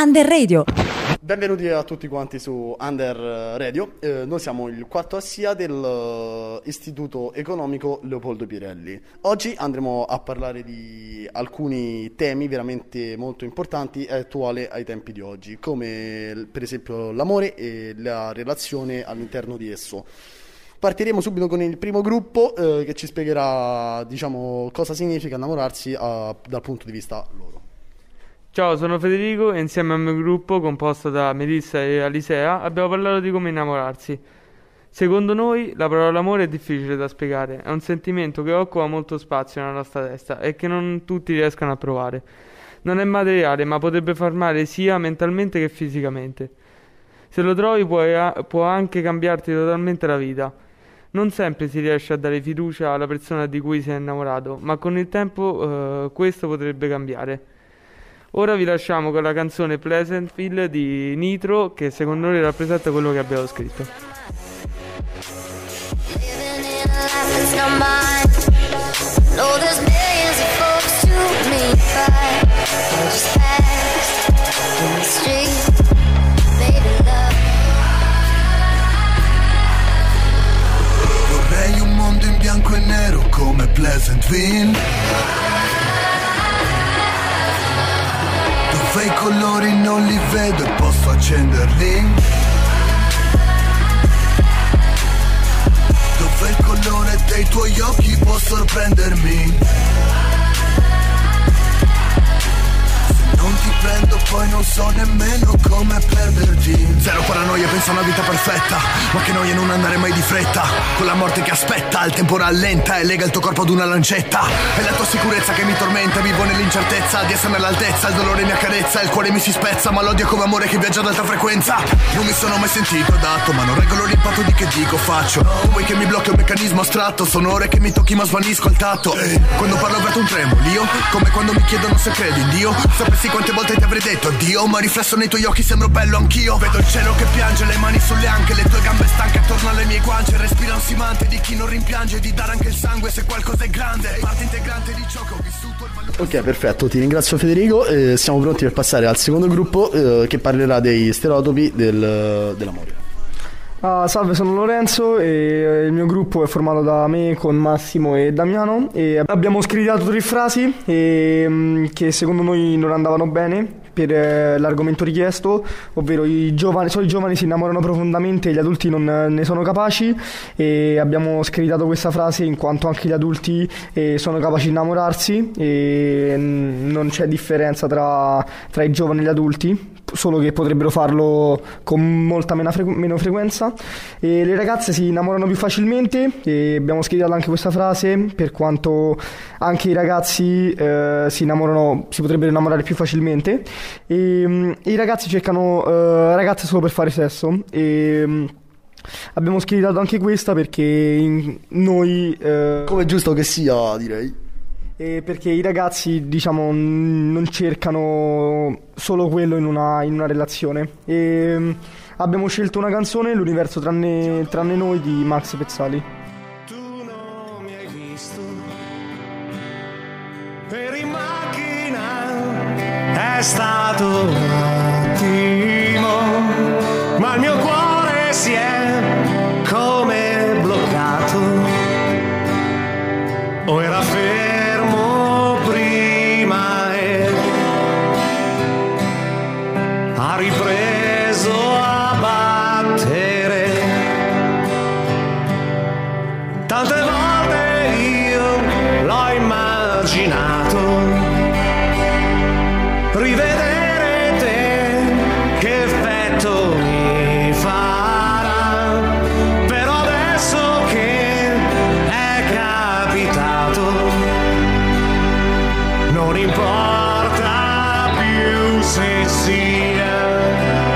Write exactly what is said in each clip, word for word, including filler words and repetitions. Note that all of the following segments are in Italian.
Under Radio. Benvenuti a tutti quanti su Under Radio. Eh, noi siamo il quarto A S I A dell'Istituto Economico Leopoldo Pirelli. Oggi andremo a parlare di alcuni temi veramente molto importanti e attuali ai tempi di oggi, come per esempio l'amore e la relazione all'interno di esso. Partiremo subito con il primo gruppo eh, che ci spiegherà, diciamo, cosa significa innamorarsi a, dal punto di vista loro. Ciao, sono Federico e insieme al mio gruppo, composto da Melissa e Alisea, abbiamo parlato di come innamorarsi. Secondo noi la parola amore è difficile da spiegare, è un sentimento che occupa molto spazio nella nostra testa e che non tutti riescono a provare. Non è materiale, ma potrebbe far male sia mentalmente che fisicamente. Se lo trovi puoi a- può anche cambiarti totalmente la vita. Non sempre si riesce a dare fiducia alla persona di cui si è innamorato, ma con il tempo eh, questo potrebbe cambiare. Ora vi lasciamo con la canzone Pleasantville di Nitro, che secondo noi rappresenta quello che abbiamo scritto. Vorrei un mondo in bianco e nero come Pleasantville, dove i colori non li vedo e posso accenderli, dove il colore dei tuoi occhi può sorprendermi. Se non ti prendo poi non so nemmeno come perderti. Zero paranoia, pensa a una vita perfetta, ma che noia non andare mai di fretta, con la morte che aspetta, il tempo rallenta e lega il tuo corpo ad una lancetta. È la tua sicurezza che mi tormenta, vivo nell'incertezza di esserne all'altezza. Il dolore mi accarezza, il cuore mi si spezza, ma l'odio come amore che viaggia ad alta frequenza. Non mi sono mai sentito adatto, ma non regolo l'impatto di che dico faccio. Vuoi che mi blocchi un meccanismo astratto, sono ore che mi tocchi ma svanisco al tatto. Quando parlo avverto un tremolio, come quando mi chiedono se credi in Dio. Sapessi quante volte ti avrei detto addio, ma riflesso nei tuoi occhi sembro bello anch'io. Vedo il cielo che piange, le mani sulle anche, le tue gambe stanche attorno alle mie guance. Respiro ansimante di chi non rimpiange di dare anche il sangue se qualcosa è grande, parte integrante di ciò che ho vissuto. Ok, perfetto, ti ringrazio Federico. Eh, siamo pronti per passare al secondo gruppo eh, che parlerà dei stereotipi del, dell'amore. Ah, salve, sono Lorenzo e il mio gruppo è formato da me con Massimo e Damiano e abbiamo scritto tre frasi e, mh, che secondo noi non andavano bene per eh, l'argomento richiesto, ovvero i giovani, solo i giovani si innamorano profondamente e gli adulti non ne sono capaci, e abbiamo scritto questa frase in quanto anche gli adulti eh, sono capaci di innamorarsi e mh, non c'è differenza tra, tra i giovani e gli adulti, solo che potrebbero farlo con molta meno, frequ- meno frequenza. E le ragazze si innamorano più facilmente e abbiamo scritto anche questa frase per quanto anche i ragazzi eh, si innamorano, si potrebbero innamorare più facilmente, e, um, e i ragazzi cercano uh, ragazze solo per fare sesso, e um, abbiamo scritto anche questa perché in, noi uh, Come è giusto che sia, direi. E perché i ragazzi, diciamo, non cercano solo quello in una, in una relazione. E um, abbiamo scelto una canzone, L'universo tranne, tranne noi, di Max Pezzali. Tu non mi hai visto, eri in macchina, è stato un attimo, ma il mio cuore si è come bloccato, o era fermo prima e ha ripreso a battere. Tante volte io l'ho immaginato, rivedere te che effetto mi farà, però adesso che è capitato non importa più se sia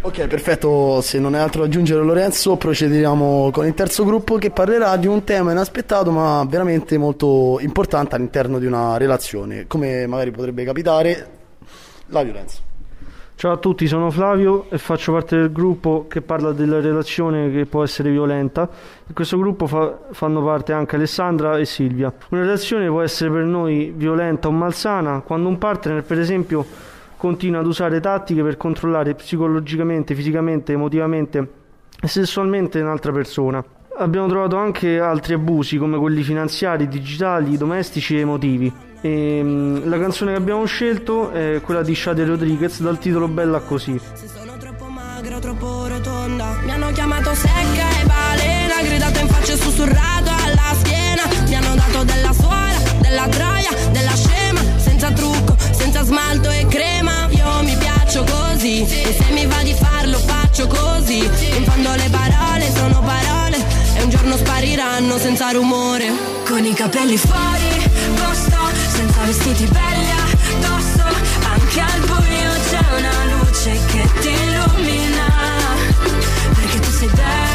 Ok, perfetto, se non hai altro da aggiungere Lorenzo, procediamo con il terzo gruppo che parlerà di un tema inaspettato ma veramente molto importante all'interno di una relazione, come magari potrebbe capitare la violenza. Ciao a tutti, sono Flavio e faccio parte del gruppo che parla della relazione che può essere violenta. In questo gruppo fa, fanno parte anche Alessandra e Silvia. Una relazione può essere per noi violenta o malsana quando un partner, per esempio, continua ad usare tattiche per controllare psicologicamente, fisicamente, emotivamente e sessualmente un'altra persona. Abbiamo trovato anche altri abusi come quelli finanziari, digitali, domestici e emotivi. E, um, la canzone che abbiamo scelto è quella di Shade Rodriguez dal titolo Bella Così. Se sono troppo magra, troppo rotonda, mi hanno chiamato secca e balena, gridato in faccia e sussurrato alla schiena, mi hanno dato della suora, della troia, della scema, senza trucco, senza smalto e crema. Io mi piaccio così e se mi va di farlo faccio così. In fondo le parole sono parole e un giorno spariranno senza rumore. Con i capelli fuori posto, senza vestiti belli addosso, anche al buio c'è una luce che ti illumina, perché tu sei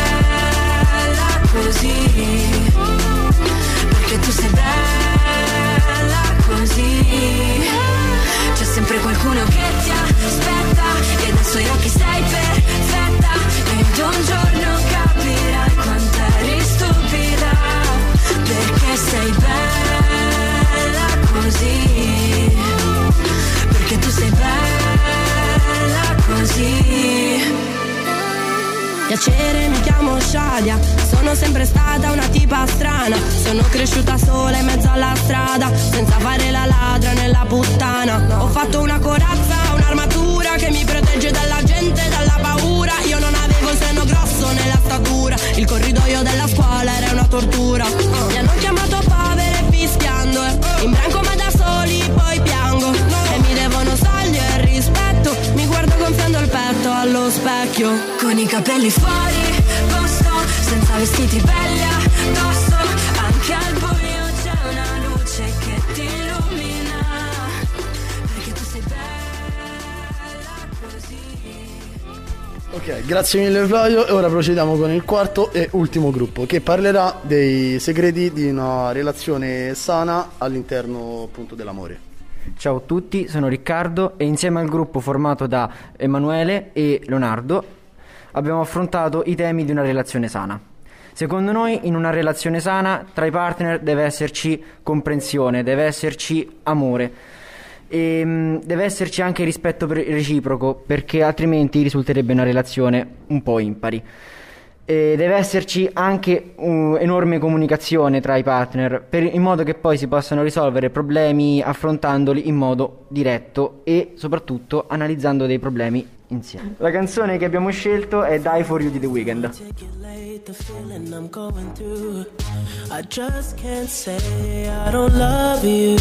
bella così, perché tu sei bella così. C'è sempre qualcuno che ti aspetta e dai suoi occhi sei perfetta, ed un giorno capirai quanto eri stupida, perché sei bella così, perché tu sei bella così. Piacere, mi chiamo Shadia, sono sempre stata una tipa strana, sono cresciuta sola in mezzo alla strada, senza fare la ladra nella puttana. Ho fatto una corazza, un'armatura che mi protegge dalla gente e dalla paura. Io non avevo il seno grosso né la statura, il corridoio della scuola era una tortura. Mi hanno chiamato povera e fischiando, eh. in branco ma da soli poi piango, e mi devono soldi e rispetto, mi guardo gonfiando il petto allo specchio. Con i capelli fuori posto, senza vestiti belli addosso, anche al buio c'è una luce che ti illumina, perché tu sei bella così. Ok, grazie mille Flavio e ora procediamo con il quarto e ultimo gruppo che parlerà dei segreti di una relazione sana all'interno appunto dell'amore. Ciao a tutti, sono Riccardo e insieme al gruppo formato da Emanuele e Leonardo abbiamo affrontato i temi di una relazione sana. Secondo noi in una relazione sana tra i partner deve esserci comprensione, deve esserci amore e mh, deve esserci anche rispetto reciproco, perché altrimenti risulterebbe una relazione un po' impari. E deve esserci anche un'enorme comunicazione tra i partner, per, in modo che poi si possano risolvere problemi affrontandoli in modo diretto e soprattutto analizzando dei problemi insieme. La canzone che abbiamo scelto è Die For You di The Weeknd. I just can't say I don't love you,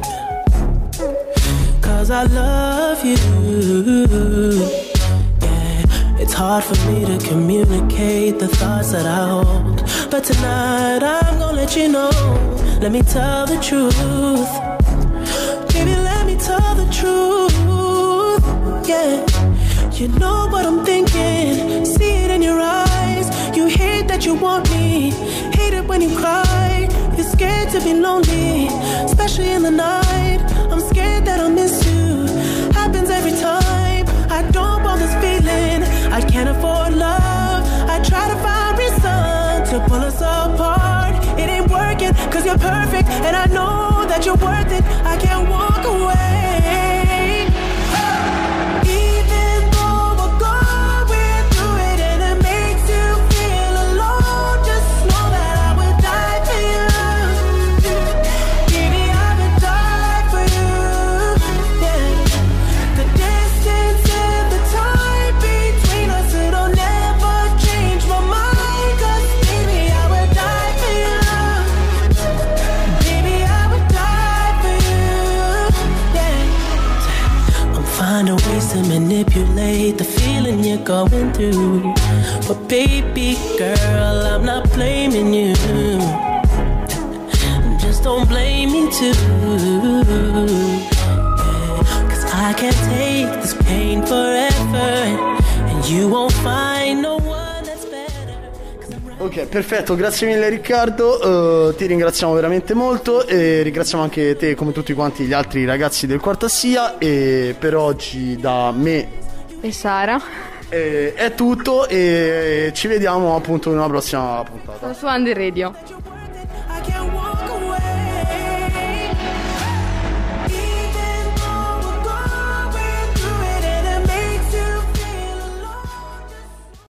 'cause I love you. It's hard for me to communicate the thoughts that I hold, but tonight I'm gonna let you know. Let me tell the truth, baby, let me tell the truth. Yeah, you know what I'm thinking, see it in your eyes. You hate that you want me, hate it when you cry. You're scared to be lonely, especially in the night. I'm scared that I'll miss you, happens every time. I don't want this feeling, I can't afford love. I try to find reason to pull us apart. It ain't working, 'cause you're perfect, and I know that you're worth it. I can't walk away. Even though we're going through it and it makes you feel alone, just know that I would die for you. Baby, I would die for you. Yeah. The distance and the time between us, it'll never change my mind. 'Cause baby, I would die for you. Baby, I would die for you. Yeah. I'm finding ways to manipulate the feeling you're going through, but baby girl, I'm not blaming you. Just don't blame me too. Yeah. 'Cause I can't take this pain forever, and you Ok, perfetto, grazie mille Riccardo, uh, ti ringraziamo veramente molto e ringraziamo anche te come tutti quanti gli altri ragazzi del Quarto Assia, e per oggi da me e Sara eh, è tutto e ci vediamo appunto in una prossima puntata su Under Radio.